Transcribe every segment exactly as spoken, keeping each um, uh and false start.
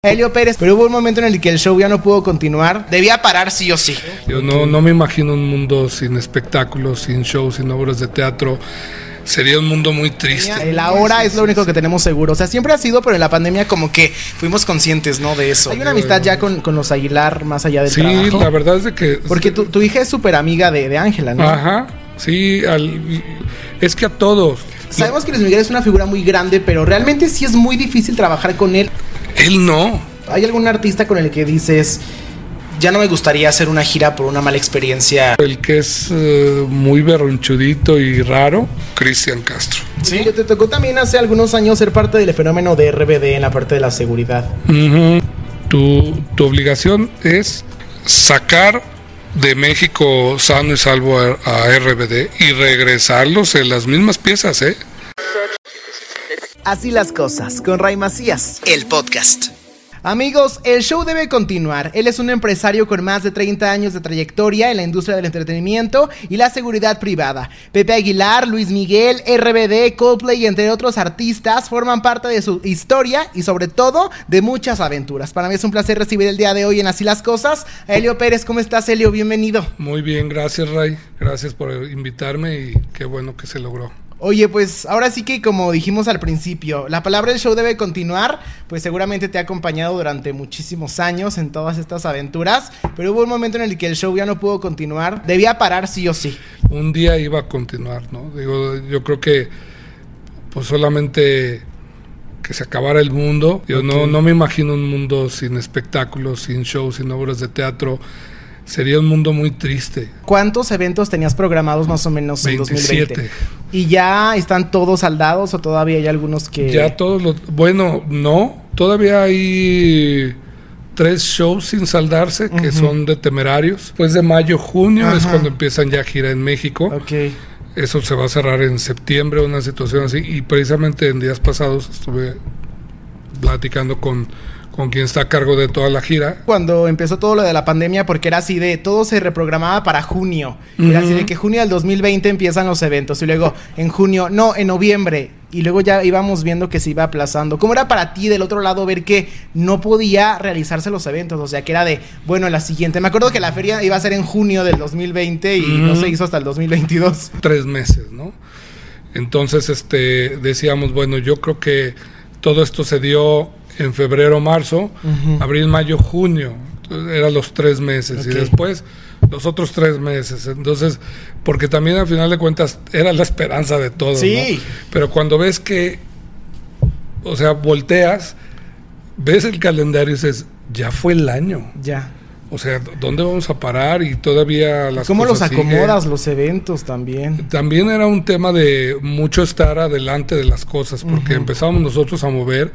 Helio Pérez, pero hubo un momento en el que el show ya no pudo continuar, debía parar sí o sí. Yo no, no me imagino un mundo sin espectáculos, sin shows, sin obras de teatro. Sería un mundo muy triste. El ahora es lo único que tenemos seguro. O sea, siempre ha sido, pero en la pandemia como que fuimos conscientes, ¿no? De eso. Hay una amistad ya con, con los Aguilar más allá del sí, trabajo. Sí, la verdad es de que... Porque tu, tu hija es súper amiga de Ángela, ¿no? Ajá, sí. Al, es que a todos... Sabemos que Luis Miguel es una figura muy grande, pero realmente sí es muy difícil trabajar con él. Él no. ¿Hay algún artista con el que dices... ya no me gustaría hacer una gira por una mala experiencia? El que es uh, muy berronchudito y raro, Cristian Castro. Sí, te tocó también hace algunos años ser parte del fenómeno de R B D en la parte de la seguridad. Uh-huh. tu, tu obligación es sacar de México sano y salvo a, a R B D y regresarlos en las mismas piezas, ¿eh? Así las cosas, con Ray Macías, el podcast. Amigos, el show debe continuar. Él es un empresario con más de treinta años de trayectoria en la industria del entretenimiento y la seguridad privada. Pepe Aguilar, Luis Miguel, R B D, Coldplay y entre otros artistas forman parte de su historia y sobre todo de muchas aventuras. Para mí es un placer recibir el día de hoy en Así las Cosas a Helio Pérez. ¿Cómo estás, Helio? Bienvenido. Muy bien, gracias, Ray. Gracias por invitarme y qué bueno que se logró. Oye, pues ahora sí que como dijimos al principio, la palabra del show debe continuar, pues seguramente te ha acompañado durante muchísimos años en todas estas aventuras, pero hubo un momento en el que el show ya no pudo continuar, debía parar sí o sí. Un día iba a continuar, ¿no? Digo, yo creo que pues solamente que se acabara el mundo. Yo okay. no, no me imagino un mundo sin espectáculos, sin shows, sin obras de teatro. Sería un mundo muy triste. ¿Cuántos eventos tenías programados más o menos en veintisiete. dos mil veinte? ¿Y ya están todos saldados o todavía hay algunos que...? Ya todos los... Bueno, no. Todavía hay tres shows sin saldarse que uh-huh. son de Temerarios. Después de mayo, junio uh-huh. es cuando empiezan ya gira en México. Okay. Eso se va a cerrar en septiembre, una situación así. Y precisamente en días pasados estuve platicando con... con quien está a cargo de toda la gira. Cuando empezó todo lo de la pandemia, porque era así de, todo se reprogramaba para junio. Uh-huh. Era así de que junio del dos mil veinte empiezan los eventos, y luego en junio, no, en noviembre, y luego ya íbamos viendo que se iba aplazando. ¿Cómo era para ti del otro lado ver que no podía realizarse los eventos? O sea, que era de, bueno, la siguiente. Me acuerdo que la feria iba a ser en junio del dos mil veinte y uh-huh. no se hizo hasta el dos mil veintidós. Tres meses, ¿no? Entonces, este, decíamos, bueno, yo creo que todo esto se dio en febrero, marzo, uh-huh. abril, mayo, junio. Entonces, eran los tres meses. Okay. Y después los otros tres meses. Entonces, porque también al final de cuentas era la esperanza de todos, sí. ¿no? Pero cuando ves que, o sea, volteas, ves el calendario y dices, ya fue el año. Ya. O sea, ¿dónde vamos a parar? Y todavía las ¿Cómo cosas los acomodas, siguen. los eventos también? También era un tema de mucho estar adelante de las cosas, porque uh-huh. empezamos nosotros a mover.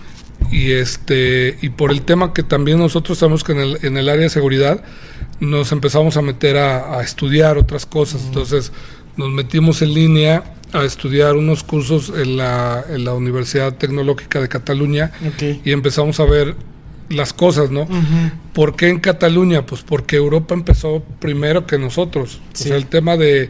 Y este y por el tema que también nosotros sabemos que en el, en el área de seguridad nos empezamos a meter a, a estudiar otras cosas. Uh-huh. Entonces nos metimos en línea a estudiar unos cursos en la, en la Universidad Tecnológica de Cataluña. Okay. Y empezamos a ver las cosas, ¿no? Uh-huh. ¿Por qué en Cataluña? Pues porque Europa empezó primero que nosotros. Sí. O sea, el tema de,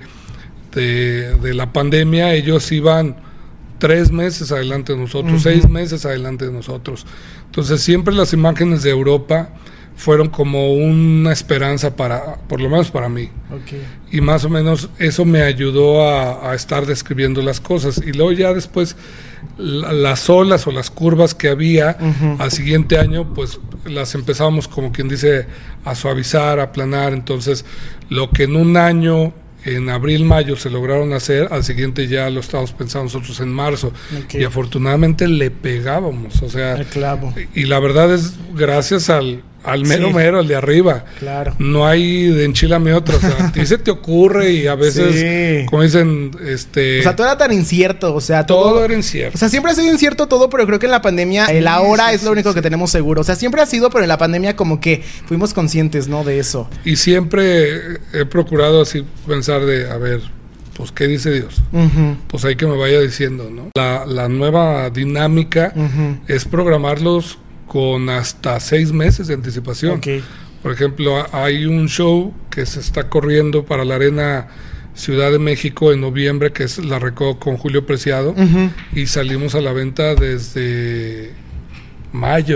de, de la pandemia, ellos iban tres meses adelante de nosotros, uh-huh. seis meses adelante de nosotros. Entonces siempre las imágenes de Europa fueron como una esperanza para, por lo menos para mí. Okay. Y más o menos eso me ayudó a, a estar describiendo las cosas. Y luego ya después la, las olas o las curvas que había uh-huh. al siguiente año, pues las empezábamos, como quien dice, a suavizar, a aplanar. Entonces lo que en un año, en abril, mayo se lograron hacer, al siguiente ya lo estábamos pensando nosotros en marzo. Okay. Y afortunadamente le pegábamos, o sea, el clavo. Y la verdad es gracias al, al mero sí. mero, al de arriba. Claro. No hay de enchilame otra, o sea, a ti se te ocurre y a veces, sí. como dicen, este... O sea, todo era tan incierto, o sea, todo... Todo era incierto. O sea, siempre ha sido incierto todo, pero creo que en la pandemia, sí, el ahora sí, es lo único sí, que sí. tenemos seguro. O sea, siempre ha sido, pero en la pandemia como que fuimos conscientes, ¿no? De eso. Y siempre he procurado así pensar de, a ver, pues, ¿qué dice Dios? Uh-huh. Pues ahí que me vaya diciendo, ¿no? La, la nueva dinámica uh-huh. es programarlos con hasta seis meses de anticipación. Okay. Por ejemplo, hay un show que se está corriendo para la Arena Ciudad de México en noviembre, que es La Recodo con Julio Preciado, uh-huh. y salimos a la venta desde mayo.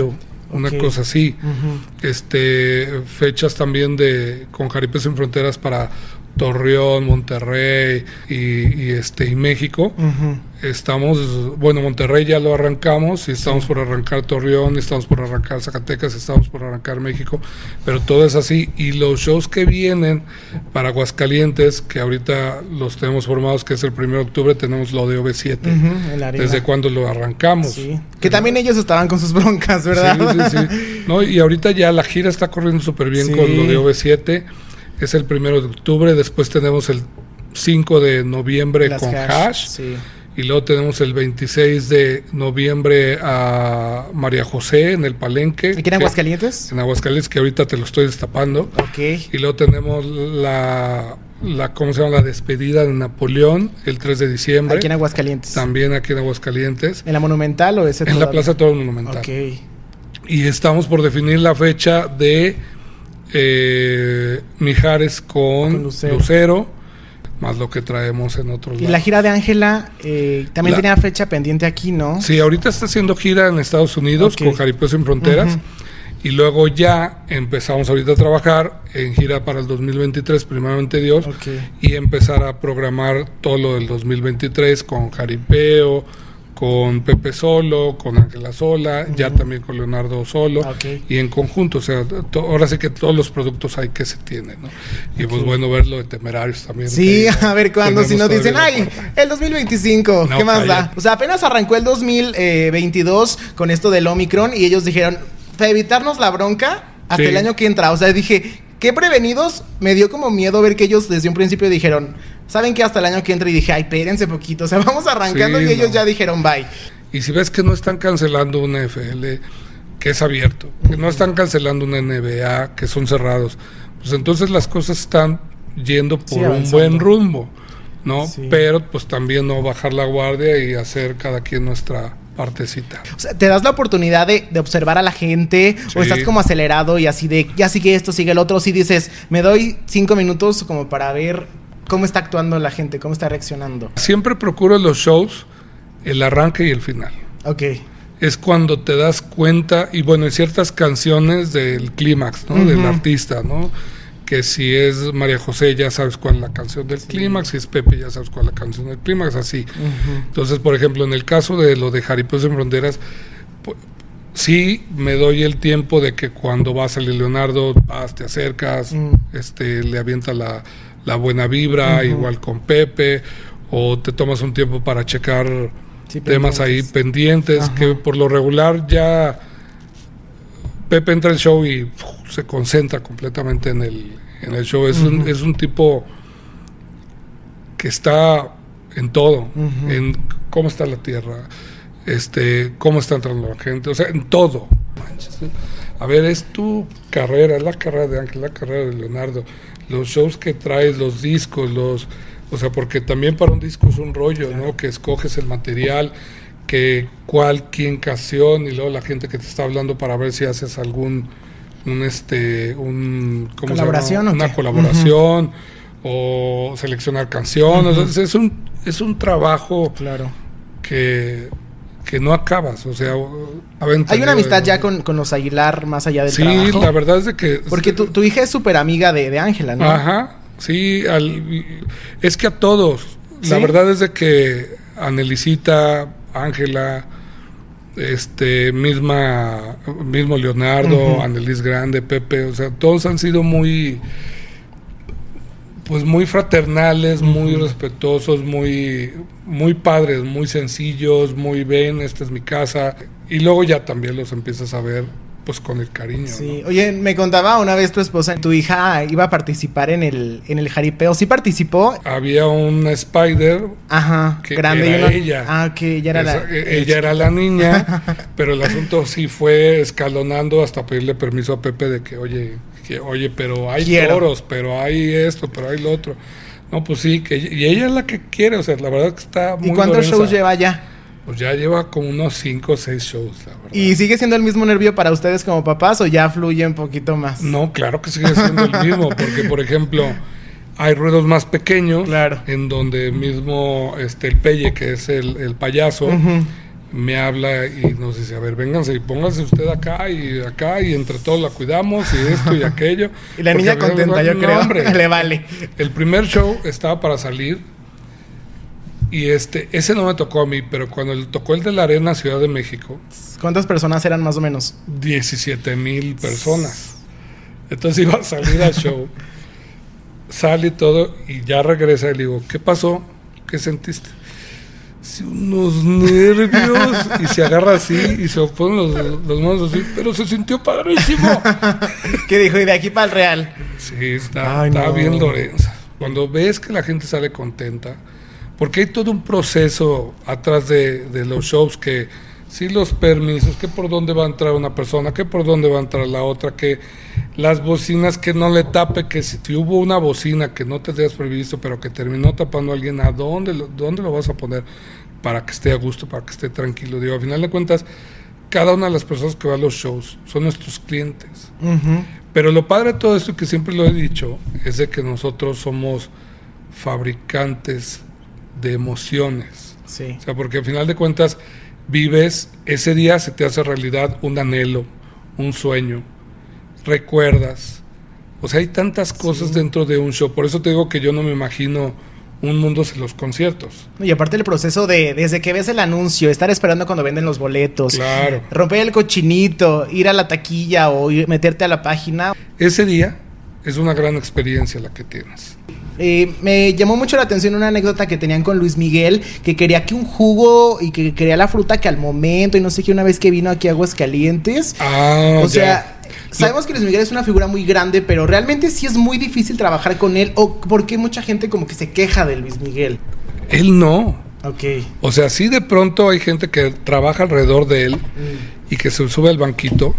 una okay. cosa así. Uh-huh. Este, fechas también de con Jaripeo Sin Fronteras para Torreón, Monterrey y, y este y México. Uh-huh. Estamos, bueno, Monterrey ya lo arrancamos y estamos sí. por arrancar Torreón, estamos por arrancar Zacatecas, estamos por arrancar México, pero todo es así. Y los shows que vienen para Aguascalientes, que ahorita los tenemos formados, que es el primero de octubre, tenemos lo de O V siete. Uh-huh, desde cuando lo arrancamos. Sí. Que también ellos estaban con sus broncas, ¿verdad? Sí, sí, sí. No, y ahorita ya la gira está corriendo súper bien sí. con lo de O V siete. Es el primero de octubre, después tenemos el cinco de noviembre Las con Hash, hash sí. y luego tenemos el veintiséis de noviembre a María José en el Palenque. ¿Aquí en Aguascalientes? En Aguascalientes, que ahorita te lo estoy destapando. Okay. Y luego tenemos la, la, ¿cómo se llama? La despedida de Napoleón, el tres de diciembre. Aquí en Aguascalientes. También aquí en Aguascalientes. ¿En la Monumental o ese? En todavía? La Plaza Todo Monumental. Okay. Y estamos por definir la fecha de Eh, Mijares con, con Lucero. Lucero, más lo que traemos en otros lados. Y la gira de Ángela eh, también la, tenía fecha pendiente aquí, ¿no? Sí, ahorita está haciendo gira en Estados Unidos okay. con Jaripeo Sin Fronteras. Uh-huh. Y luego ya empezamos ahorita a trabajar en gira para el dos mil veintitrés, primeramente Dios, okay. y empezar a programar todo lo del dos mil veintitrés con Jaripeo, con Pepe solo, con Ángela sola, uh-huh. ya también con Leonardo solo, okay. y en conjunto, o sea, to, ahora sí que todos los productos hay que se tienen, ¿no? Y okay. pues bueno, ver lo de Temerarios también. Sí, a ver cuándo, si nos dicen, ay, el dos mil veinticinco, no, ¿qué más cállate. Da? O sea, apenas arrancó el dos mil veintidós con esto del Omicron y ellos dijeron, para evitarnos la bronca, hasta sí. el año que entra, o sea, dije, qué prevenidos, me dio como miedo ver que ellos desde un principio dijeron, ¿saben qué? Hasta el año que entra, y dije, ay, espérense poquito, o sea, vamos arrancando sí, y ellos no. ya dijeron bye. Y si ves que no están cancelando una N F L, que es abierto, que no están cancelando una N B A, que son cerrados, pues entonces las cosas están yendo por sí, un buen rumbo, ¿no? Sí. Pero pues también no bajar la guardia y hacer cada quien nuestra partecita. O sea, ¿te das la oportunidad de, de observar a la gente? Sí. ¿O estás como acelerado y así de, ya sigue esto, sigue el otro? Si dices, me doy cinco minutos como para ver cómo está actuando la gente, cómo está reaccionando. Siempre procuro los shows, el arranque y el final. Ok. Es cuando te das cuenta, y bueno, en ciertas canciones del clímax, ¿no? Uh-huh. Del artista, ¿no? Que si es María José ya sabes cuál es la canción del sí. clímax, si es Pepe ya sabes cuál es la canción del clímax, así. Uh-huh. Entonces, por ejemplo, en el caso de lo de Jaripeo Sin Fronteras, pues, sí me doy el tiempo de que cuando va a salir Leonardo, vas, te acercas, uh-huh. este, le avientas la, la buena vibra, uh-huh. igual con Pepe, o te tomas un tiempo para checar sí, temas pendientes. ahí pendientes, uh-huh. que por lo regular ya Pepe entra al show y uf, se concentra completamente en el, en el show. Es, uh-huh. un, es un tipo que está en todo, uh-huh. en cómo está la tierra, este, cómo está entrando la gente, o sea, en todo. A ver, es tu carrera, es la carrera de Ángel, la carrera de Leonardo, los shows que traes, los discos, los, o sea, porque también para un disco es un rollo, claro. ¿no? Que escoges el material, que cuál, quién canción, y luego la gente que te está hablando para ver si haces algún, un este, un, ¿cómo ¿Colaboración se llama? Una qué? colaboración, uh-huh. o seleccionar canciones, uh-huh. es un, es un trabajo claro. que que no acabas, o sea, hay una amistad de, ya con, con los Aguilar más allá del sí, trabajo. Sí, la verdad es de que porque tu, tu hija es súper amiga de Ángela, ¿no? Ajá, sí, al, es que a todos, ¿sí? La verdad es de que Anelicita, Ángela, este, misma, mismo Leonardo, uh-huh. Anelis Grande, Pepe, o sea, todos han sido muy, pues muy fraternales, uh-huh. muy respetuosos, muy, muy padres, muy sencillos, muy ven, esta es mi casa, y luego ya también los empiezas a ver pues con el cariño. Sí, ¿no? Oye, me contaba una vez tu esposa, tu hija iba a participar en el en el jaripeo, ¿sí participó? Había una Spider, ajá, que grande, era y una... ella. Ah, ok, ella era Esa, la... Ella era la niña, pero el asunto sí fue escalonando hasta pedirle permiso a Pepe de que, oye, que oye, pero hay Quiero. toros, pero hay esto, pero hay lo otro. No, pues sí, que y ella es la que quiere, o sea, la verdad que está muy... ¿Y cuántos Lorenza. shows lleva ya? Pues ya lleva como unos cinco o seis shows, la verdad. ¿Y sigue siendo el mismo nervio para ustedes como papás o ya fluye un poquito más? No, claro que sigue siendo el mismo, porque por ejemplo, hay ruedos más pequeños, claro. en donde mismo este el Pelle, que es el, el payaso, uh-huh. me habla y nos dice, a ver, vénganse y pónganse usted acá y acá y entre todos la cuidamos y esto y aquello. Y la niña contenta, yo no, creo, hombre, le vale. El primer show estaba para salir y este, ese no me tocó a mí, pero cuando le tocó el de la Arena Ciudad de México. ¿Cuántas personas eran más o menos? diecisiete mil personas. Entonces iba a salir al show, sale todo y ya regresa y le digo, ¿qué pasó? ¿Qué sentiste? Sí, unos nervios y se agarra así y se ponen los, los manos así, pero se sintió padrísimo. ¿Qué dijo? Y de aquí para el Real. Sí, está, está no. bien Lorenza. Cuando ves que la gente sale contenta, porque hay todo un proceso atrás de, de los shows, que sí, los permisos, que por dónde va a entrar una persona, que por dónde va a entrar la otra, que las bocinas que no le tape, que si, si hubo una bocina que no te hayas previsto, pero que terminó tapando a alguien, ¿a dónde lo, dónde lo vas a poner para que esté a gusto, para que esté tranquilo? Digo, al final de cuentas, cada una de las personas que va a los shows son nuestros clientes. Uh-huh. Pero lo padre de todo esto, que siempre lo he dicho, es de que nosotros somos fabricantes de emociones. Sí. O sea, porque al final de cuentas vives, ese día se te hace realidad un anhelo, un sueño, recuerdas. O sea, hay tantas cosas sí. dentro de un show. Por eso te digo que yo no me imagino un mundo sin los conciertos. Y aparte el proceso de, desde que ves el anuncio, estar esperando cuando venden los boletos, claro, romper el cochinito, ir a la taquilla o ir, meterte a la página. Ese día es una gran experiencia la que tienes. Eh, me llamó mucho la atención una anécdota que tenían con Luis Miguel, que quería que un jugo y que quería la fruta que al momento, y no sé qué, una vez que vino aquí a Aguascalientes. Ah, o sea, ya. Sabemos que Luis Miguel es una figura muy grande, pero realmente sí es muy difícil trabajar con él. ¿O por qué mucha gente como que se queja de Luis Miguel? Él no. Ok. O sea, sí de pronto hay gente que trabaja alrededor de él mm. y que se sube al banquito.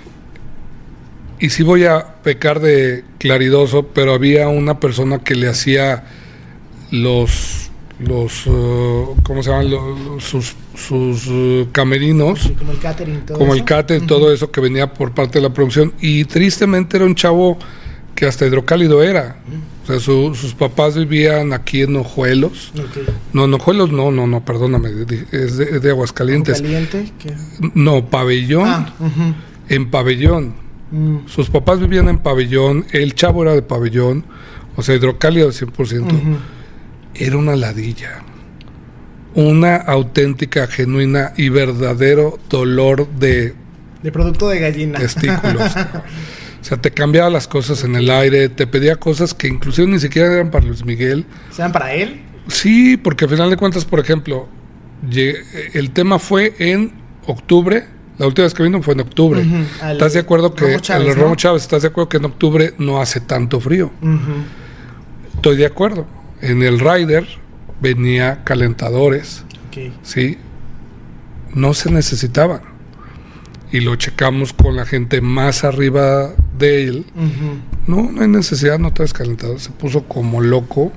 Y sí voy a pecar de claridoso, pero había una persona que le hacía los... los uh, ¿cómo se llaman? Los, sus sus uh, camerinos, sí, como el catering, todo como eso. el catering, uh-huh. todo eso que venía por parte de la producción, y tristemente era un chavo que hasta hidrocálido era. Uh-huh. O sea, su, sus papás vivían aquí en Ojuelos. Okay. No, en Ojuelos no, no, no, perdóname, es de, es de Aguascalientes. ¿Caliente? ¿Qué? No, Pabellón. Ah, uh-huh. En Pabellón. Uh-huh. Sus papás vivían en Pabellón, el chavo era de Pabellón, o sea, hidrocálido al cien por ciento. Uh-huh. Era una ladilla, una auténtica, genuina y verdadero dolor de... De producto de gallina. Testículos. O sea, te cambiaba las cosas en el aire, te pedía cosas que inclusive ni siquiera eran para Luis Miguel. ¿Eran para él? Sí, porque al final de cuentas, por ejemplo, el tema fue en octubre, la última vez que vino fue en octubre. Uh-huh. ¿Estás de acuerdo que Romo Chávez, el Romo ¿no? Chávez, estás de acuerdo que en octubre no hace tanto frío? Uh-huh. Estoy de acuerdo. En el rider venía calentadores, okay. ¿sí? No se necesitaban. Y lo checamos con la gente más arriba de él. Uh-huh. No, no hay necesidad, no traes calentadores. Se puso como loco.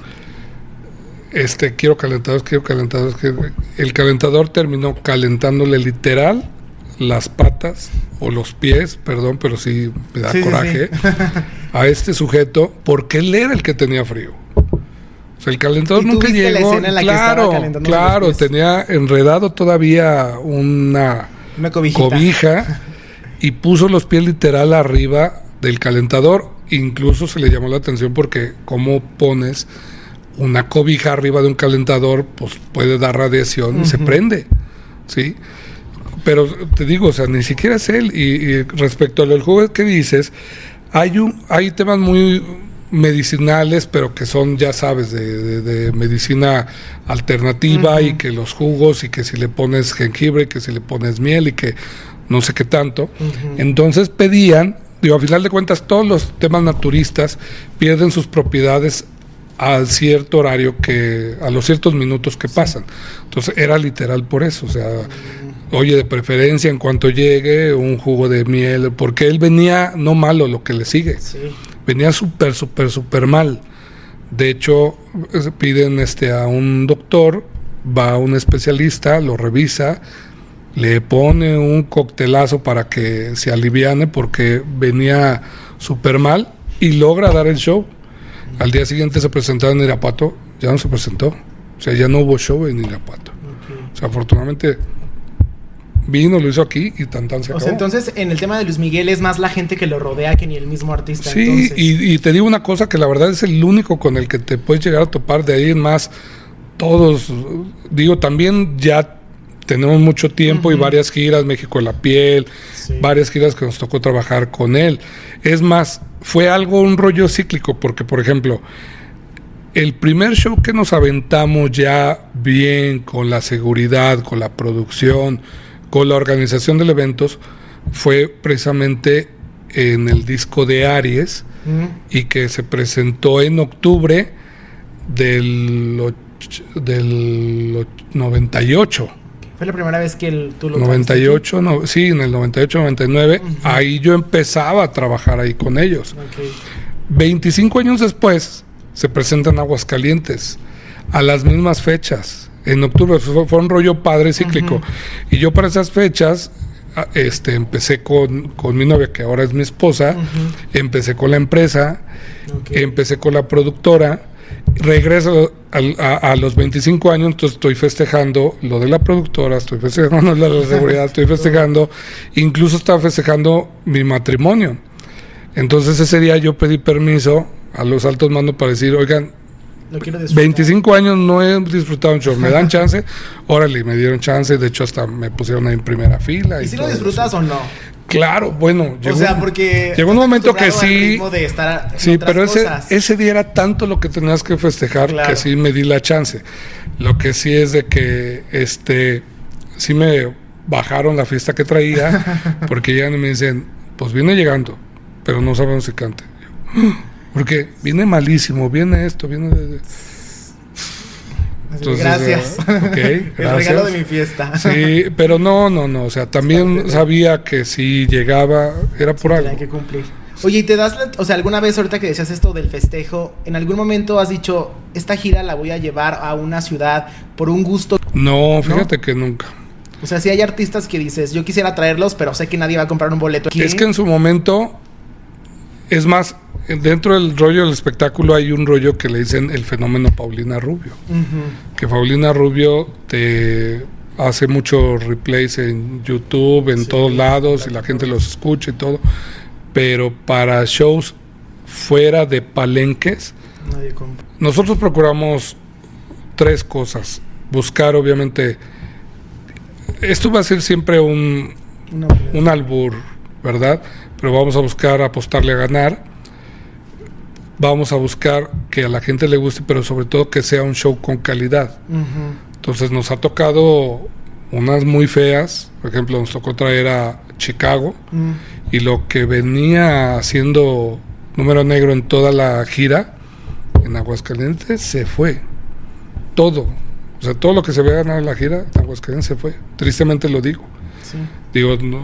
Este, quiero calentadores, quiero calentadores. Quiero... El calentador terminó calentándole literal las patas o los pies, perdón, pero sí me da sí, coraje, sí, sí. a este sujeto, porque él era el que tenía frío. O sea, el calentador nunca llegó. Claro, claro, tenía enredado todavía una, una cobija y puso los pies literal arriba del calentador. Incluso se le llamó la atención porque cómo pones una cobija arriba de un calentador, pues puede dar radiación uh-huh. y se prende, ¿sí? Pero te digo, o sea, ni siquiera es él. Y, y respecto a lo del jugo que dices, hay un, hay temas muy medicinales, pero que son, ya sabes, de, de, de medicina alternativa, uh-huh. y que los jugos, y que si le pones jengibre, que si le pones miel, y que no sé qué tanto. Uh-huh. Entonces pedían, digo, a final de cuentas, todos los temas naturistas pierden sus propiedades al cierto horario, que a los ciertos minutos que pasan. Entonces era literal por eso, o sea, oye, de preferencia en cuanto llegue un jugo de miel, porque él venía no malo, lo que le sigue, sí. venía súper, súper, súper mal. De hecho, piden este a un doctor, va a un especialista, lo revisa, le pone un coctelazo para que se aliviane, porque venía súper mal, y logra dar el show. Al día siguiente se presentaba en Irapuato, ya no se presentó, o sea, ya no hubo show en Irapuato. Okay. O sea, afortunadamente vino, lo hizo aquí y tan tan se acabó. O sea, entonces en el tema de Luis Miguel es más la gente que lo rodea que ni el mismo artista. Sí, entonces. Y, y te digo una cosa, que la verdad es el único con el que te puedes llegar a topar. De ahí en más, todos, digo, también ya tenemos mucho tiempo uh-huh. y varias giras, México la piel, sí. varias giras que nos tocó trabajar con él. Es más, fue algo, un rollo cíclico, porque por ejemplo, el primer show que nos aventamos ya bien, con la seguridad, con la producción, con la organización del eventos, fue precisamente en el disco de Aries, mm. y que se presentó en octubre del, och- del noventa y ocho. ¿Fue la primera vez que el, tú lo noventa y ocho, no, sí, en el noventa y ocho, noventa y nueve, uh-huh. ahí yo empezaba a trabajar ahí con ellos. Okay. veinticinco años después se presentan Aguascalientes a las mismas fechas. En octubre fue, fue un rollo padre cíclico. Uh-huh. Y yo para esas fechas este, empecé con, con mi novia, que ahora es mi esposa, uh-huh. empecé con la empresa, okay. empecé con la productora, regreso a, a, a los veinticinco años, entonces estoy festejando lo de la productora, estoy festejando lo de la seguridad, estoy festejando, incluso estaba festejando mi matrimonio. Entonces ese día yo pedí permiso a los altos mandos para decir, oigan, lo quiero veinticinco años no he disfrutado un show, ¿me dan chance? Órale, me dieron chance, de hecho hasta me pusieron ahí en primera fila. ¿Y, y si lo disfrutas eso. o no? Claro, bueno, llegó, o sea, porque llegó un momento que sí, de estar sí, pero ese, ese día era tanto lo que tenías que festejar, claro. que sí me di la chance. Lo que sí es de que, este, sí me bajaron la fiesta que traía, porque llegan y me dicen, pues viene llegando, pero no sabemos si cante. Porque viene malísimo, viene esto, viene... De... Entonces, gracias. Uh, okay, gracias. El regalo de mi fiesta. Sí, pero no, no, no. O sea, también sabía que si llegaba era por sí, algo. Hay que cumplir. Oye, ¿y te das, la, o sea, alguna vez ahorita que decías esto del festejo, en algún momento has dicho, esta gira la voy a llevar a una ciudad por un gusto? No, fíjate ¿no? que nunca. O sea, sí hay artistas que dices, yo quisiera traerlos, pero sé que nadie va a comprar un boleto aquí. Es que en su momento, es más, dentro del rollo del espectáculo hay un rollo que le dicen el fenómeno Paulina Rubio. Uh-huh. Que Paulina Rubio te hace muchos replays en YouTube, en sí, todos lados, claro. y la gente los escucha y todo. Pero para shows fuera de palenques, nadie compra. Nosotros procuramos tres cosas. Buscar, obviamente, esto va a ser siempre un, no, un albur, ¿verdad? Pero vamos a buscar apostarle a ganar. Vamos a buscar que a la gente le guste, pero sobre todo que sea un show con calidad. Uh-huh. Entonces nos ha tocado unas muy feas. Por ejemplo, nos tocó traer a Chicago, uh-huh. y lo que venía haciendo número negro en toda la gira en Aguascalientes se fue. Todo. O sea, todo lo que se veía ganar en la gira en Aguascalientes se fue. Tristemente lo digo. Sí. Digo, no,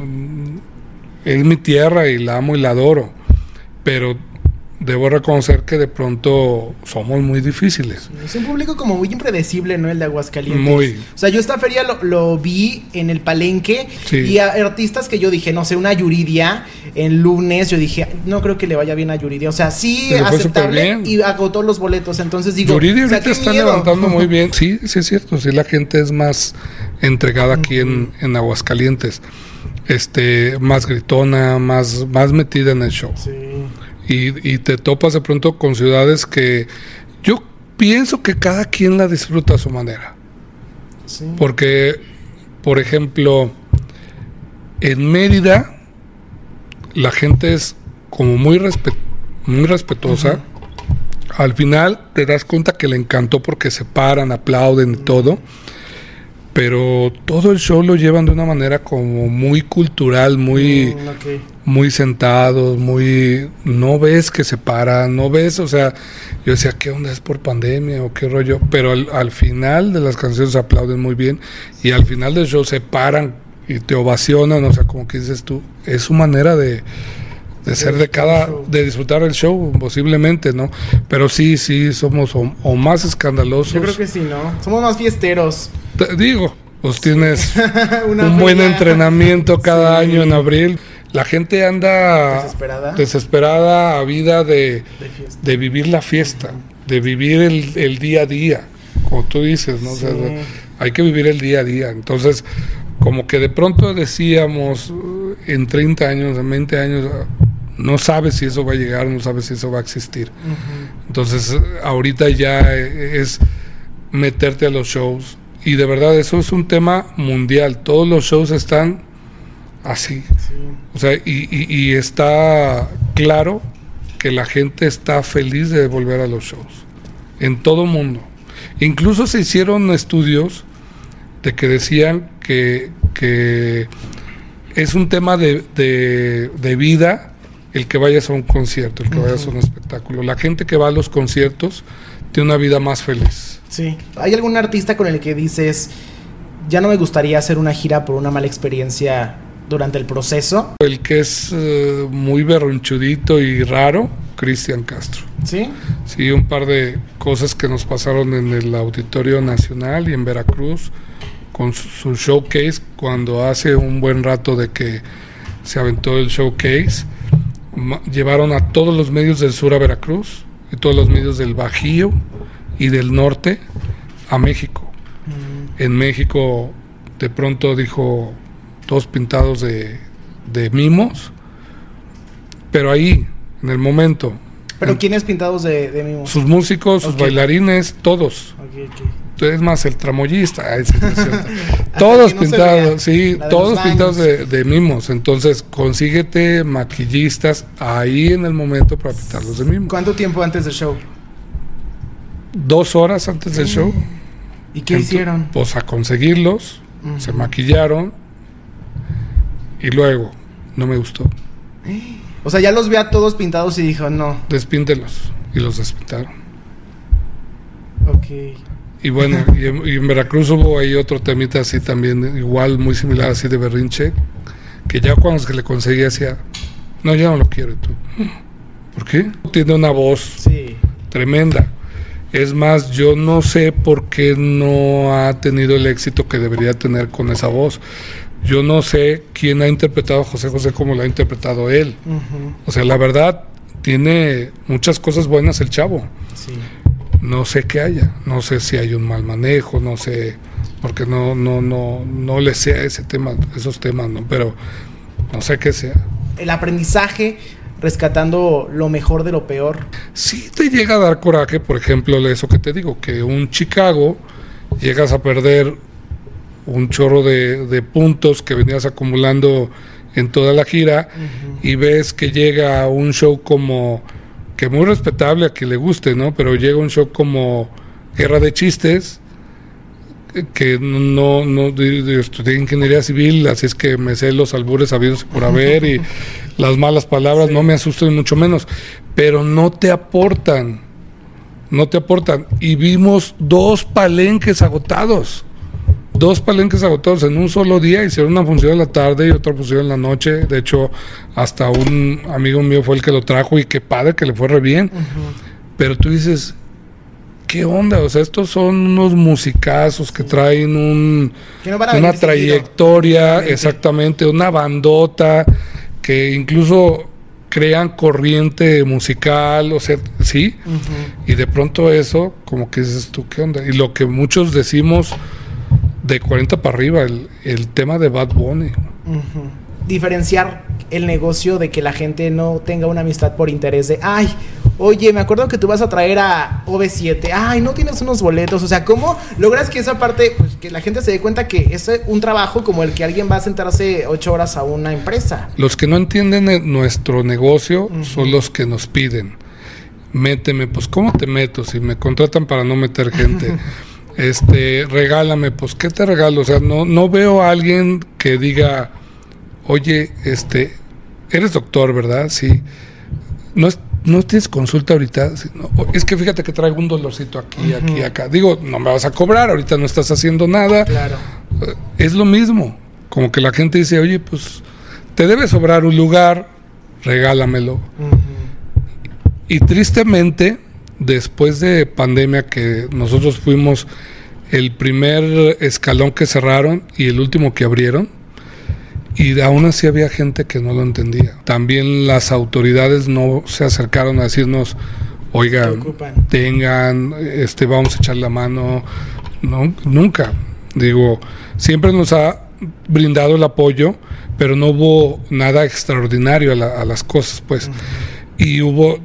es mi tierra y la amo y la adoro, pero debo reconocer que de pronto somos muy difíciles. Es un público como muy impredecible, ¿no? El de Aguascalientes. Muy. O sea, yo esta feria lo, lo vi en el Palenque, sí. y a artistas que yo dije, no sé, una Yuridia en lunes, yo dije, no creo que le vaya bien a Yuridia. O sea, sí, aceptable, y agotó los boletos. Entonces digo, Yuridia ahorita o sea, está miedo. levantando muy bien. Sí, sí es cierto. Sí, la gente es más entregada aquí uh-huh. en, en Aguascalientes. Este, más gritona, más, más metida en el show. Sí. Y, y te topas de pronto con ciudades que yo pienso que cada quien la disfruta a su manera. Sí. Porque, por ejemplo, en Mérida la gente es como muy, respe- muy respetuosa. Uh-huh. Al final te das cuenta que le encantó porque se paran, aplauden y uh-huh. todo. Pero todo el show lo llevan de una manera como muy cultural, muy, mm, okay. muy sentados, muy... No ves que se paran, no ves, o sea, yo decía, ¿qué onda? ¿Es por pandemia o qué rollo? Pero al, al final de las canciones se aplauden muy bien y al final del show se paran y te ovacionan, o sea, como que dices tú, es su manera de... de ser de cada, de disfrutar el show, posiblemente, ¿no? Pero sí, sí, somos o, o más escandalosos. Yo creo que sí, ¿no? Somos más fiesteros. Te digo, pues tienes un bella... buen entrenamiento cada sí. año en abril. La gente anda desesperada, desesperada a vida de, de, de vivir la fiesta, uh-huh. de vivir el, el día a día, como tú dices, ¿no? Sí. O sea, hay que vivir el día a día. Entonces, como que de pronto decíamos en treinta años, en veinte años, no sabes si eso va a llegar, no sabes si eso va a existir. Uh-huh. Entonces ahorita ya es meterte a los shows, y de verdad eso es un tema mundial, todos los shows están así, sí. O sea, y, y, y está claro que la gente está feliz de volver a los shows, en todo el mundo. Incluso se hicieron estudios de que decían que, que es un tema de, de, de vida el que vayas a un concierto, el que uh-huh. vayas a un espectáculo. La gente que va a los conciertos tiene una vida más feliz. Sí. ¿Hay algún artista con el que dices, ya no me gustaría hacer una gira por una mala experiencia durante el proceso? El que es uh, muy berronchudito y raro, Cristian Castro. ¿Sí? Sí, un par de cosas que nos pasaron en el Auditorio Nacional y en Veracruz, con su, su showcase, cuando hace un buen rato de que se aventó el showcase, ma- llevaron a todos los medios del sur a Veracruz, y todos los medios del Bajío y del norte a México. Mm. En México de pronto dijo, todos pintados de, de mimos, pero ahí, en el momento. ¿Pero en, quiénes pintados de, de mimos? Sus músicos, sus okay. bailarines, todos. Okay, okay. Es más, el tramoyista, es todos no pintados, sí, todos pintados de, de mimos. Entonces, consíguete maquillistas ahí en el momento para pintarlos de mimos. ¿Cuánto tiempo antes del show? Dos horas antes del show. ¿Y qué Entonces, hicieron? Pues a conseguirlos, uh-huh. se maquillaron, y luego, no me gustó. O sea, ya los vi a todos pintados y dijo, no. Despíntelos, y los despintaron. Ok. Y bueno, y en, y en Veracruz hubo ahí otro temita así también, igual muy similar, así de berrinche, que ya cuando se le conseguía decía, no, ya no lo quiero. ¿Y tú? ¿Por qué? Tiene una voz sí. tremenda. Es más, yo no sé por qué no ha tenido el éxito que debería tener con esa voz. Yo no sé quién ha interpretado a José José como lo ha interpretado él. Uh-huh. O sea, la verdad, tiene muchas cosas buenas el chavo. Sí. No sé qué haya, no sé si hay un mal manejo, no sé, porque no, no, no, no le sé a ese tema, esos temas, ¿no? Pero no sé qué sea. El aprendizaje, rescatando lo mejor de lo peor. Sí te llega a dar coraje, por ejemplo, eso que te digo, que un Chicago llegas a perder un chorro de, de puntos que venías acumulando en toda la gira, uh-huh. y ves que llega un show como, que muy respetable a quien le guste, ¿no? Pero llega un show como Guerra de Chistes, que no, no, yo estudié ingeniería civil, así es que me sé los albures habidos por haber y las malas palabras, sí. No me asustan mucho menos, pero no te aportan, no te aportan. Y vimos dos palenques agotados, dos palenques agotados en un solo día. Hicieron una función en la tarde y otra función en la noche. De hecho, hasta un amigo mío fue el que lo trajo, y qué padre que le fue re bien. Uh-huh. Pero tú dices, ¿qué onda? O sea, estos son unos musicazos que traen un, no una trayectoria, seguido. Exactamente, una bandota, que incluso crean corriente musical, o sea, sí. Uh-huh. Y de pronto eso, como que dices tú, ¿qué onda? Y lo que muchos decimos de cuarenta para arriba, el, el tema de Bad Bunny. Uh-huh. Diferenciar el negocio de que la gente no tenga una amistad por interés de, ay, oye, me acuerdo que tú vas a traer a O V siete, ay, no tienes unos boletos. O sea, ¿cómo logras que esa parte, pues, que la gente se dé cuenta que es un trabajo como el que alguien va a sentarse ocho horas a una empresa? Los que no entienden nuestro negocio, uh-huh. son los que nos piden, méteme. Pues, ¿cómo te meto? Si me contratan para no meter gente. Este, regálame, pues, ¿qué te regalo? O sea, no, no veo a alguien que diga, oye, este, eres doctor, ¿verdad? Sí. No, es, no tienes consulta ahorita. Sí, no, es que fíjate que traigo un dolorcito aquí, uh-huh. aquí, acá. Digo, no me vas a cobrar, ahorita no estás haciendo nada. Claro. Es lo mismo. Como que la gente dice, oye, pues, te debe sobrar un lugar, regálamelo. Uh-huh. Y tristemente, después de pandemia, que nosotros fuimos el primer escalón que cerraron y el último que abrieron, y aún así había gente que no lo entendía. También las autoridades no se acercaron a decirnos, oigan, tengan, este, vamos a echar la mano. No, nunca. Digo, siempre nos ha brindado el apoyo, pero no hubo nada extraordinario a, la, a las cosas, pues. Uh-huh. Y hubo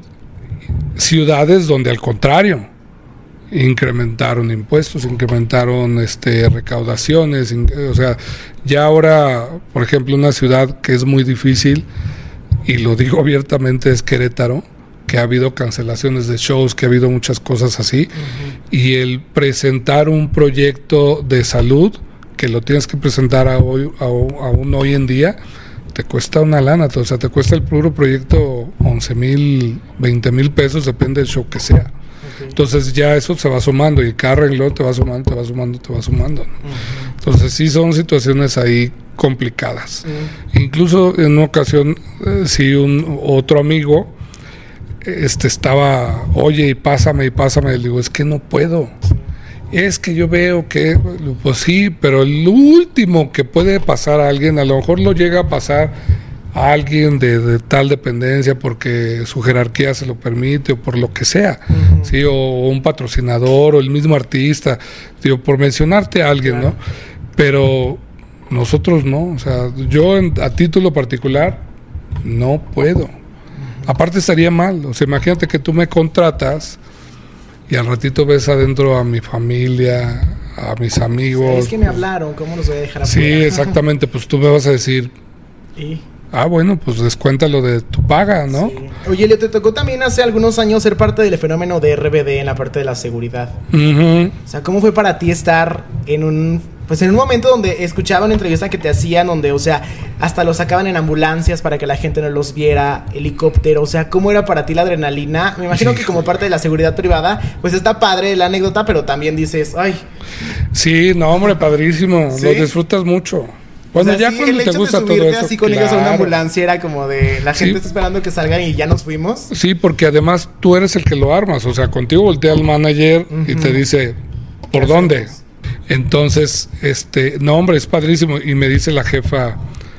ciudades donde al contrario incrementaron impuestos, incrementaron este recaudaciones, in, o sea, ya ahora, por ejemplo, una ciudad que es muy difícil, y lo digo abiertamente, es Querétaro, que ha habido cancelaciones de shows, que ha habido muchas cosas así, uh-huh. y el presentar un proyecto de salud, que lo tienes que presentar a hoy, a, aún hoy en día, te cuesta una lana, o sea, te cuesta el puro proyecto once mil, veinte mil pesos, depende del show que sea. Okay. Entonces ya eso se va sumando, y cada renglón te va sumando, te va sumando, te va sumando, ¿no? Uh-huh. Entonces sí son situaciones ahí complicadas. Uh-huh. Incluso en una ocasión, eh, sí, un otro amigo este estaba, oye, y pásame, y pásame, le digo, es que no puedo. Es que yo veo que, pues sí, pero el último que puede pasar a alguien, a lo mejor lo llega a pasar a alguien de, de tal dependencia porque su jerarquía se lo permite o por lo que sea, uh-huh. ¿sí? O, o un patrocinador o el mismo artista, digo, por mencionarte a alguien, claro. ¿no? Pero nosotros no, o sea, yo en, a título particular no puedo. Uh-huh. Aparte estaría mal, o sea, imagínate que tú me contratas y al ratito ves adentro a mi familia, a mis amigos. Sí, es que me hablaron, ¿cómo los voy a dejar afuera? Sí, exactamente, pues tú me vas a decir, ¿y? Ah, bueno, pues descuéntalo de tu paga, ¿no? Sí. Oye, Leo, te tocó también hace algunos años ser parte del fenómeno de R B D en la parte de la seguridad. Uh-huh. O sea, ¿cómo fue para ti estar en un... pues en un momento donde escuchaba una entrevista que te hacían, donde, o sea, hasta los sacaban en ambulancias para que la gente no los viera, helicóptero, o sea, ¿cómo era para ti la adrenalina? Me imagino que como parte de la seguridad privada, pues está padre la anécdota, pero también dices, ay. Sí, no, hombre, padrísimo, ¿sí? Lo disfrutas mucho. Bueno, o sea, ya sí, cuando te gusta todo eso, así con claro. ellos a una ambulancia era como de, la gente sí. está esperando que salgan y ya nos fuimos. Sí, porque además tú eres el que lo armas, o sea, contigo voltea el manager uh-huh. y te dice, ¿por dónde? Hacemos? Entonces, este, no, hombre, es padrísimo. Y me dice la jefa,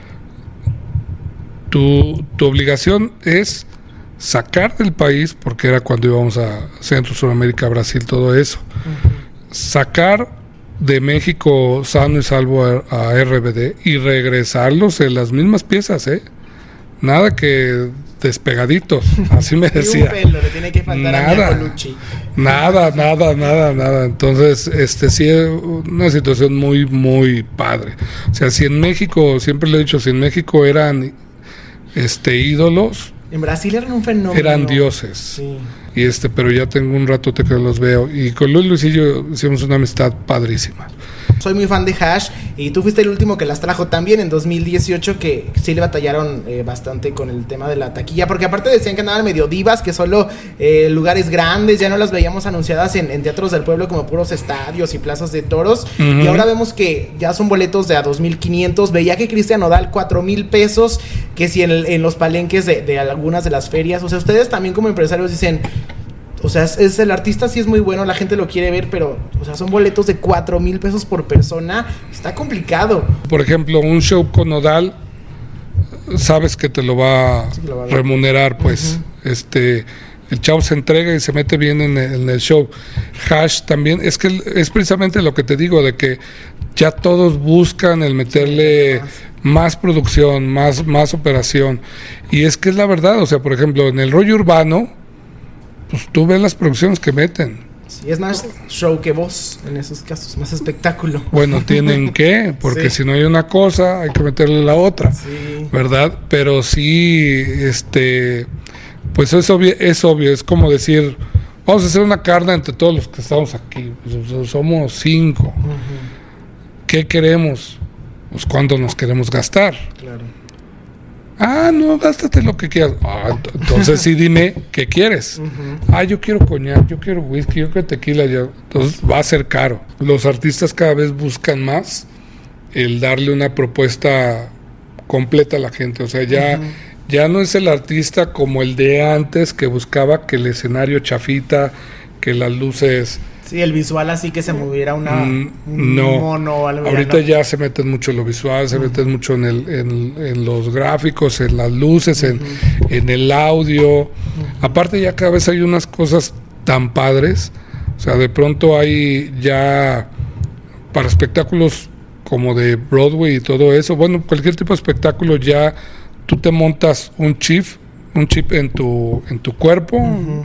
tu, tu obligación es sacar del país, porque era cuando íbamos a Centro, Sudamérica, Brasil, todo eso, uh-huh. sacar de México sano y salvo a, a R B D y regresarlos en las mismas piezas, ¿eh? Nada que despegaditos, así me decía. Un pelo, le tiene que faltar nada, a Colucci. Nada, nada, nada, nada. Entonces, este sí es una situación muy, muy padre. O sea, si en México, siempre le he dicho, si en México eran este ídolos, en Brasil eran un fenómeno. Eran dioses. Sí. Y este, pero ya tengo un rato que los veo. Y con Luis Luis y yo hicimos una amistad padrísima. Soy muy fan de Hash y tú fuiste el último que las trajo también en dos mil dieciocho, que sí le batallaron eh, bastante con el tema de la taquilla, porque aparte decían que andaban medio divas, que solo eh, lugares grandes, ya no las veíamos anunciadas en, en teatros del pueblo como puros estadios y plazas de toros, uh-huh. y ahora vemos que ya son boletos de a dos mil quinientos. Veía que Cristian Nodal cuatro mil pesos, que si en, el, en los palenques de, de algunas de las ferias. O sea, ustedes también como empresarios dicen, o sea, es, es el artista sí es muy bueno, la gente lo quiere ver, pero, o sea, son boletos de cuatro mil pesos por persona, está complicado. Por ejemplo, un show con Nodal, sabes que te lo va, sí, lo va a remunerar, pues, uh-huh. este, el chavo se entrega y se mete bien en el, en el show. Hash también, es que es precisamente lo que te digo, de que ya todos buscan el meterle sí, más producción, más, más operación, y es que es la verdad, o sea, por ejemplo, en el rollo urbano, pues tú ves las producciones que meten. Sí, es más show que voz en esos casos, más espectáculo. Bueno, tienen que, porque sí. si no hay una cosa, hay que meterle la otra, sí. ¿verdad? Pero sí, este, pues es obvio, es obvio, es como decir, vamos a hacer una carne entre todos los que estamos aquí, pues somos cinco. Uh-huh. ¿Qué queremos? Pues cuánto nos queremos gastar. Claro. Ah, no, gástate lo que quieras. Ah, entonces sí dime qué quieres. Uh-huh. Ah, yo quiero coñac, yo quiero whisky, yo quiero tequila. Yo. Entonces va a ser caro. Los artistas cada vez buscan más el darle una propuesta completa a la gente. O sea, ya, uh-huh. ya no es el artista como el de antes, que buscaba que el escenario chafita, que las luces... Sí, el visual así que se moviera una, mm, un no. mono o algo. Ahorita ya, no. ya se meten mucho en lo visual, se uh-huh. meten mucho en, el, en, en los gráficos, en las luces, uh-huh. en, en el audio. Uh-huh. Aparte ya cada vez hay unas cosas tan padres. O sea, de pronto hay ya para espectáculos como de Broadway y todo eso, bueno, cualquier tipo de espectáculo ya tú te montas un chip, un chip en tu, en tu cuerpo, uh-huh.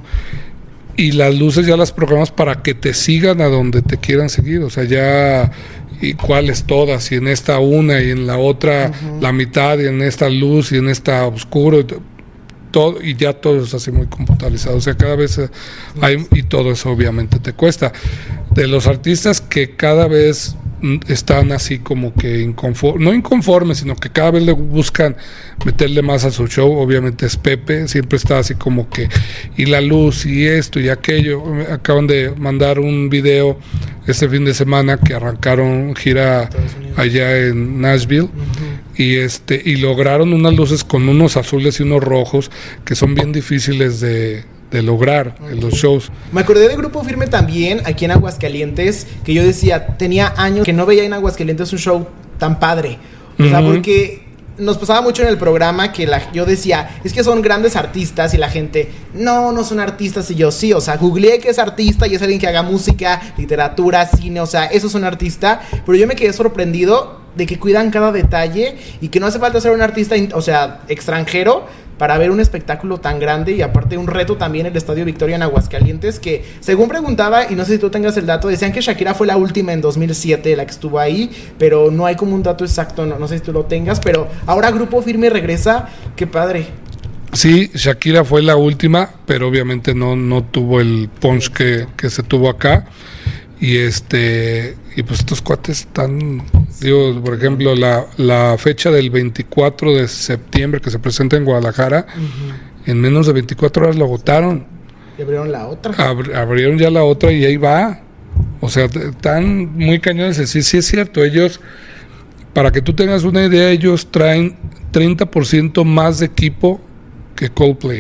y las luces ya las programas para que te sigan a donde te quieran seguir, o sea, ya, y cuáles todas, y en esta una, y en la otra uh-huh. la mitad, y en esta luz, y en esta oscuro, y todo, y ya todo es así muy computarizado, o sea, cada vez hay, y todo eso obviamente te cuesta. De los artistas que cada vez están así como que inconformes, no inconformes, sino que cada vez le buscan meterle más a su show, obviamente es Pepe, siempre está así como que, y la luz, y esto, y aquello. Acaban de mandar un video este fin de semana que arrancaron gira allá en Nashville, uh-huh. y este y lograron unas luces con unos azules y unos rojos que son bien difíciles de de lograr okay. en los shows. Me acordé de Grupo Firme también, aquí en Aguascalientes, que yo decía, tenía años que no veía en Aguascalientes un show tan padre. O uh-huh. sea, porque nos pasaba mucho en el programa que la, yo decía, es que son grandes artistas, y la gente, no, no son artistas, y yo, sí, o sea, googleé que es artista y es alguien que haga música, literatura, cine, o sea, eso es un artista, pero yo me quedé sorprendido de que cuidan cada detalle y que no hace falta ser un artista, o sea, extranjero, para ver un espectáculo tan grande, y aparte un reto también el Estadio Victoria en Aguascalientes, que según preguntaba, y no sé si tú tengas el dato, decían que Shakira fue la última en dos mil siete la que estuvo ahí, pero no hay como un dato exacto, no, no sé si tú lo tengas, pero ahora Grupo Firme regresa, qué padre. Sí, Shakira fue la última, pero obviamente no, no tuvo el punch que, que se tuvo acá. Y este y pues estos cuates están, digo, por ejemplo, la, la fecha del veinticuatro de septiembre que se presenta en Guadalajara, uh-huh. en menos de veinticuatro horas lo agotaron. Y abrieron la otra. Abr- abrieron ya la otra y ahí va. O sea, están muy cañones. Sí, sí es cierto, ellos, para que tú tengas una idea, ellos traen treinta por ciento más de equipo que Coldplay.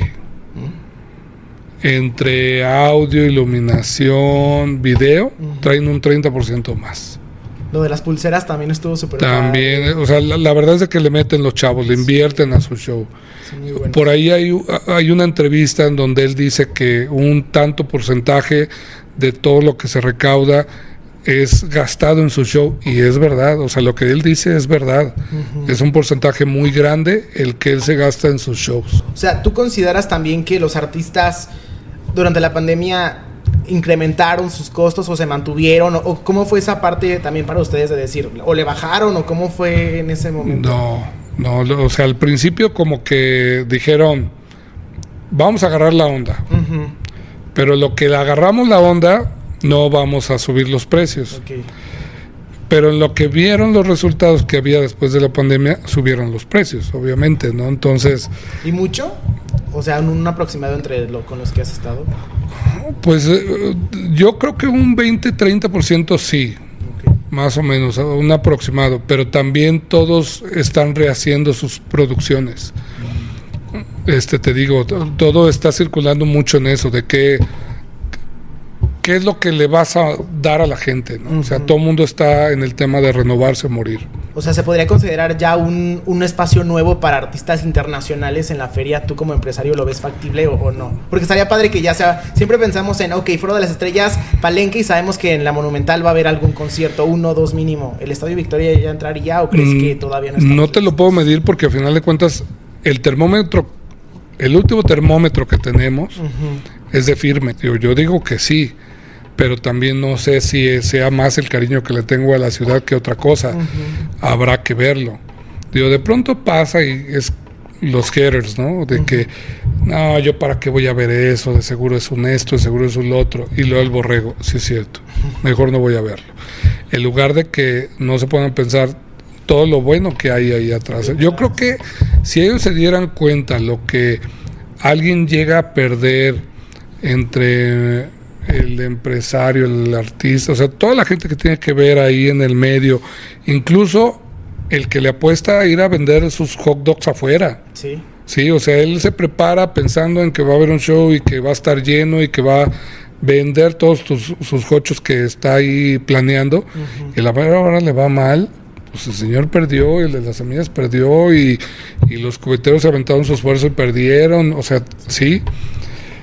Entre audio, iluminación, video, uh-huh. traen un treinta por ciento más. Lo de las pulseras también estuvo súper También, padre. O sea, la, la verdad es de que le meten los chavos, le invierten a su show. Sí, por ahí hay, hay una entrevista en donde él dice que un tanto porcentaje de todo lo que se recauda es gastado en su show, y es verdad, o sea, lo que él dice es verdad. Uh-huh. Es un porcentaje muy grande el que él se gasta en sus shows. O sea, ¿tú consideras también que los artistas durante la pandemia incrementaron sus costos o se mantuvieron? ¿O cómo fue esa parte también para ustedes de decir, o le bajaron, o cómo fue en ese momento? No, no, o sea, al principio como que dijeron, vamos a agarrar la onda. Uh-huh. Pero lo que le agarramos la onda, no vamos a subir los precios. Okay. Pero en lo que vieron los resultados que había después de la pandemia, subieron los precios, obviamente, ¿no? Entonces... ¿Y mucho? O sea, un aproximado entre lo con los que has estado. Pues eh, yo creo que un veinte, treinta por ciento sí, okay. Más o menos, un aproximado. Pero también todos están rehaciendo sus producciones. Mm. Este, te digo, todo está circulando mucho en eso, de que... ¿qué es lo que le vas a dar a la gente, ¿no? Uh-huh. O sea, todo el mundo está en el tema de renovarse o morir. O sea, ¿se podría considerar ya un, un espacio nuevo para artistas internacionales en la feria? ¿Tú como empresario lo ves factible o, o no? Porque estaría padre que ya sea... Siempre pensamos en, ok, Foro de las Estrellas, Palenque, y sabemos que en la Monumental va a haber algún concierto, uno, dos mínimo. ¿El Estadio Victoria ya entraría o crees mm, que todavía no está? No te lo puedo medir porque al final de cuentas el termómetro, el último termómetro que tenemos uh-huh. es de Firme. Yo, yo digo que sí, pero también no sé si sea más el cariño que le tengo a la ciudad que otra cosa. Uh-huh. Habrá que verlo. Digo, de pronto pasa y es los haters, ¿no? De uh-huh. que, no, yo para qué voy a ver eso, de seguro es un esto, de seguro es un otro. Y luego el borrego, sí es cierto, mejor no voy a verlo. En lugar de que no se puedan pensar todo lo bueno que hay ahí atrás. Yo creo que si ellos se dieran cuenta lo que alguien llega a perder entre... el empresario, el artista, o sea, toda la gente que tiene que ver ahí en el medio, incluso el que le apuesta a ir a vender sus hot dogs afuera. Sí. Sí, o sea, él se prepara pensando en que va a haber un show y que va a estar lleno y que va a vender todos tus, sus hochos que está ahí planeando, uh-huh. y a la verdad ahora le va mal, pues el señor perdió, y el de las semillas perdió, y, y los cubeteros se aventaron su esfuerzo y perdieron, o sea, sí.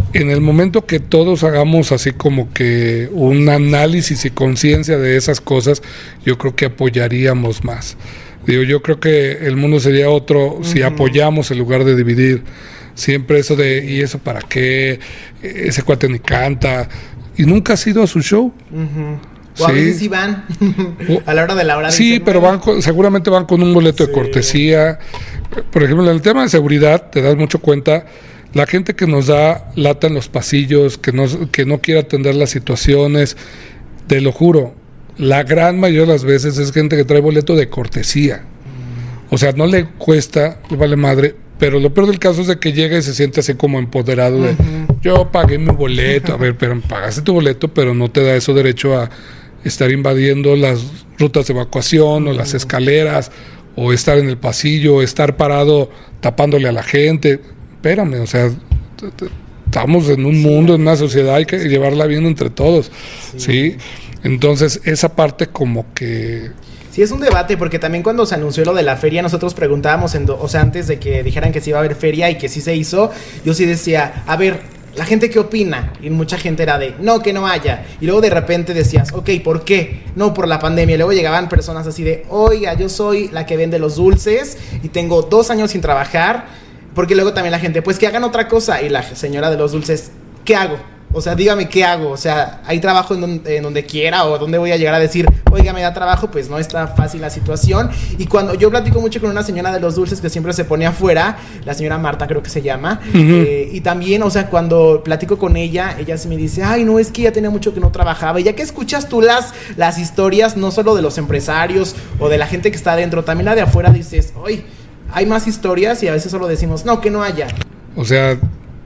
en el momento que todos hagamos así como que un análisis y conciencia de esas cosas, yo creo que apoyaríamos más. Digo, yo creo que el mundo sería otro uh-huh. si apoyamos en lugar de dividir. Siempre eso de, ¿y eso para qué? Ese cuate ni canta. Y nunca has ido a su show. Uh-huh. O sí. a veces sí van a la hora de la hora. Sí, dicen, pero van con, seguramente van con un boleto sí. de cortesía. Por ejemplo, en el tema de seguridad, te das mucho cuenta, la gente que nos da lata en los pasillos, que no, que no quiere atender las situaciones, te lo juro, la gran mayoría de las veces es gente que trae boleto de cortesía. O sea, no le cuesta, le vale madre, pero lo peor del caso es de que llega y se siente así como empoderado de, uh-huh. yo pagué mi boleto, a ver, pero pagaste tu boleto, pero no te da eso derecho a estar invadiendo las rutas de evacuación uh-huh. o las escaleras, o estar en el pasillo, o estar parado tapándole a la gente. Espérame, o sea, t- t- estamos en un sí, mundo, en una sociedad, hay que llevarla bien entre todos, ¿sí? ¿sí? Entonces, esa parte como que... Sí, es un debate, porque también cuando se anunció lo de la feria, nosotros preguntábamos, en do, o sea, antes de que dijeran que sí iba a haber feria y que sí se hizo, yo sí decía, a ver, ¿la gente qué opina? Y mucha gente era de, no, que no haya. Y luego de repente decías, ok, ¿por qué? No, por la pandemia. Y luego llegaban personas así de, oiga, yo soy la que vende los dulces y tengo dos años sin trabajar. Porque luego también la gente, pues que hagan otra cosa. Y la señora de los dulces, ¿qué hago? O sea, dígame qué hago. O sea, hay trabajo en donde, en donde quiera, o donde voy a llegar a decir, oiga, me da trabajo. Pues no está fácil la situación. Y cuando yo platico mucho con una señora de los dulces que siempre se pone afuera, la señora Marta creo que se llama, uh-huh. eh, y también, o sea, cuando platico con ella, ella sí me dice, ay, no, es que ya tenía mucho que no trabajaba. Y ya que escuchas tú las, las historias, no solo de los empresarios o de la gente que está adentro, también la de afuera, dices, oye, hay más historias y a veces solo decimos, no, que no haya. O sea,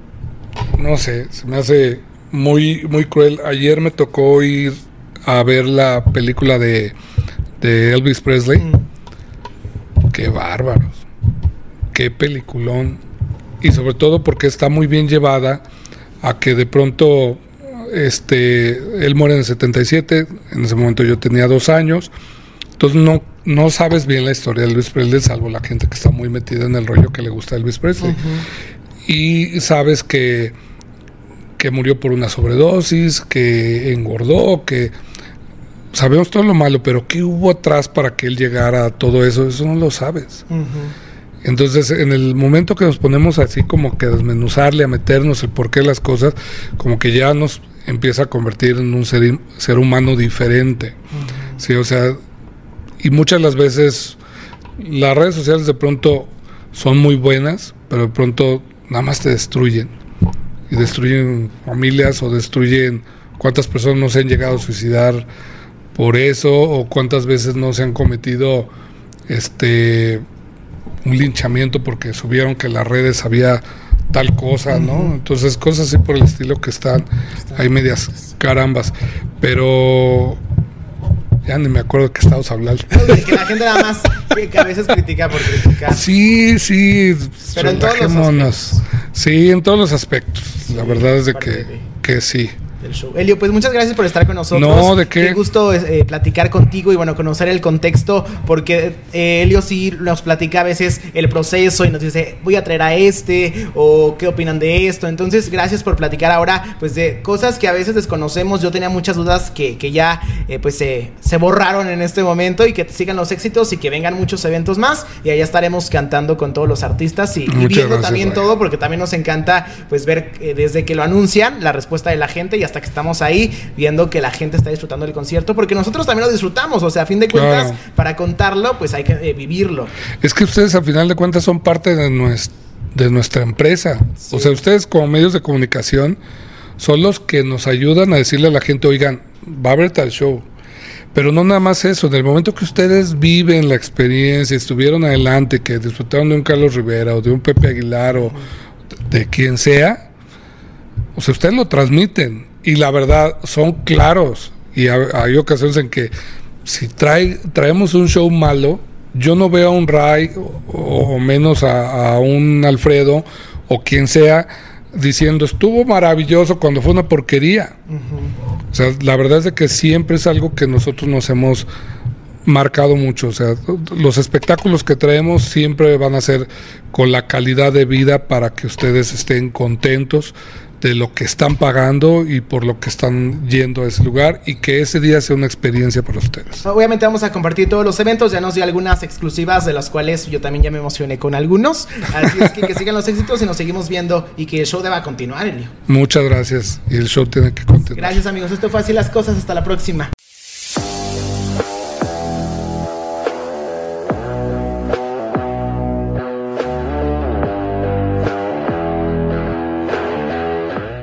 no sé, se me hace muy muy cruel. Ayer me tocó ir a ver la película de, de Elvis Presley. Mm. Qué bárbaros. Qué peliculón. Y sobre todo porque está muy bien llevada a que de pronto este él muere en el setenta y siete. En ese momento yo tenía dos años. Entonces no, no sabes bien la historia de Elvis Presley, salvo la gente que está muy metida en el rollo que le gusta a Elvis Presley. Uh-huh. Y sabes que, que murió por una sobredosis, que engordó, que sabemos todo lo malo, pero ¿qué hubo atrás para que él llegara a todo eso? Eso no lo sabes. Uh-huh. Entonces, en el momento que nos ponemos así como que a desmenuzarle, a meternos el porqué de las cosas, como que ya nos empieza a convertir en un ser, ser humano diferente. Uh-huh. Sí, o sea... Y muchas de las veces las redes sociales de pronto son muy buenas, pero de pronto nada más te destruyen. Y destruyen familias o destruyen cuántas personas no se han llegado a suicidar por eso, o cuántas veces no se han cometido este un linchamiento porque subieron que en las redes había tal cosa, ¿no? Uh-huh. Entonces cosas así por el estilo que están, hay medias carambas. Pero... ya ni me acuerdo de qué estábamos hablando. Que la gente nada más que a veces critica por criticar. Sí, sí. Pero en todos los aspectos. Sí, en todos los aspectos. Sí, la verdad es de que, de, que sí. Del show. Elio, pues muchas gracias por estar con nosotros. No, ¿de qué? Qué gusto eh, platicar contigo y bueno, conocer el contexto, porque eh, Elio sí nos platica a veces el proceso y nos dice, voy a traer a este, o qué opinan de esto. Entonces, gracias por platicar ahora, pues de cosas que a veces desconocemos. Yo tenía muchas dudas que, que ya eh, pues eh, se borraron en este momento, y que sigan los éxitos y que vengan muchos eventos más, y allá estaremos cantando con todos los artistas y, y viendo gracias, también Ray. Todo, porque también nos encanta pues ver eh, desde que lo anuncian la respuesta de la gente y hasta que estamos ahí viendo que la gente está disfrutando del concierto, porque nosotros también lo disfrutamos, o sea, a fin de cuentas, claro. Para contarlo, pues hay que eh, vivirlo. Es que ustedes a final de cuentas son parte de, nuestra, de nuestra empresa, sí. O sea, ustedes como medios de comunicación son los que nos ayudan a decirle a la gente, oigan, va a haber tal show. Pero no nada más eso, en el momento que ustedes viven la experiencia, estuvieron adelante, que disfrutaron de un Carlos Rivera o de un Pepe Aguilar o de quien sea, o sea, ustedes lo transmiten y la verdad son claros, y hay, hay ocasiones en que si trae, traemos un show malo, yo no veo a un Ray o, o menos a, a un Alfredo o quien sea diciendo estuvo maravilloso cuando fue una porquería. Uh-huh. O sea, la verdad es de que siempre es algo que nosotros nos hemos marcado mucho. O sea, los espectáculos que traemos siempre van a ser con la calidad de vida para que ustedes estén contentos de lo que están pagando y por lo que están yendo a ese lugar, y que ese día sea una experiencia para ustedes. Obviamente vamos a compartir todos los eventos, ya nos dio algunas exclusivas de las cuales yo también ya me emocioné con algunos, así es que que sigan los éxitos y nos seguimos viendo y que el show deba continuar, Elio. Muchas gracias, y el show tiene que continuar. Gracias amigos, esto fue Así las Cosas, hasta la próxima.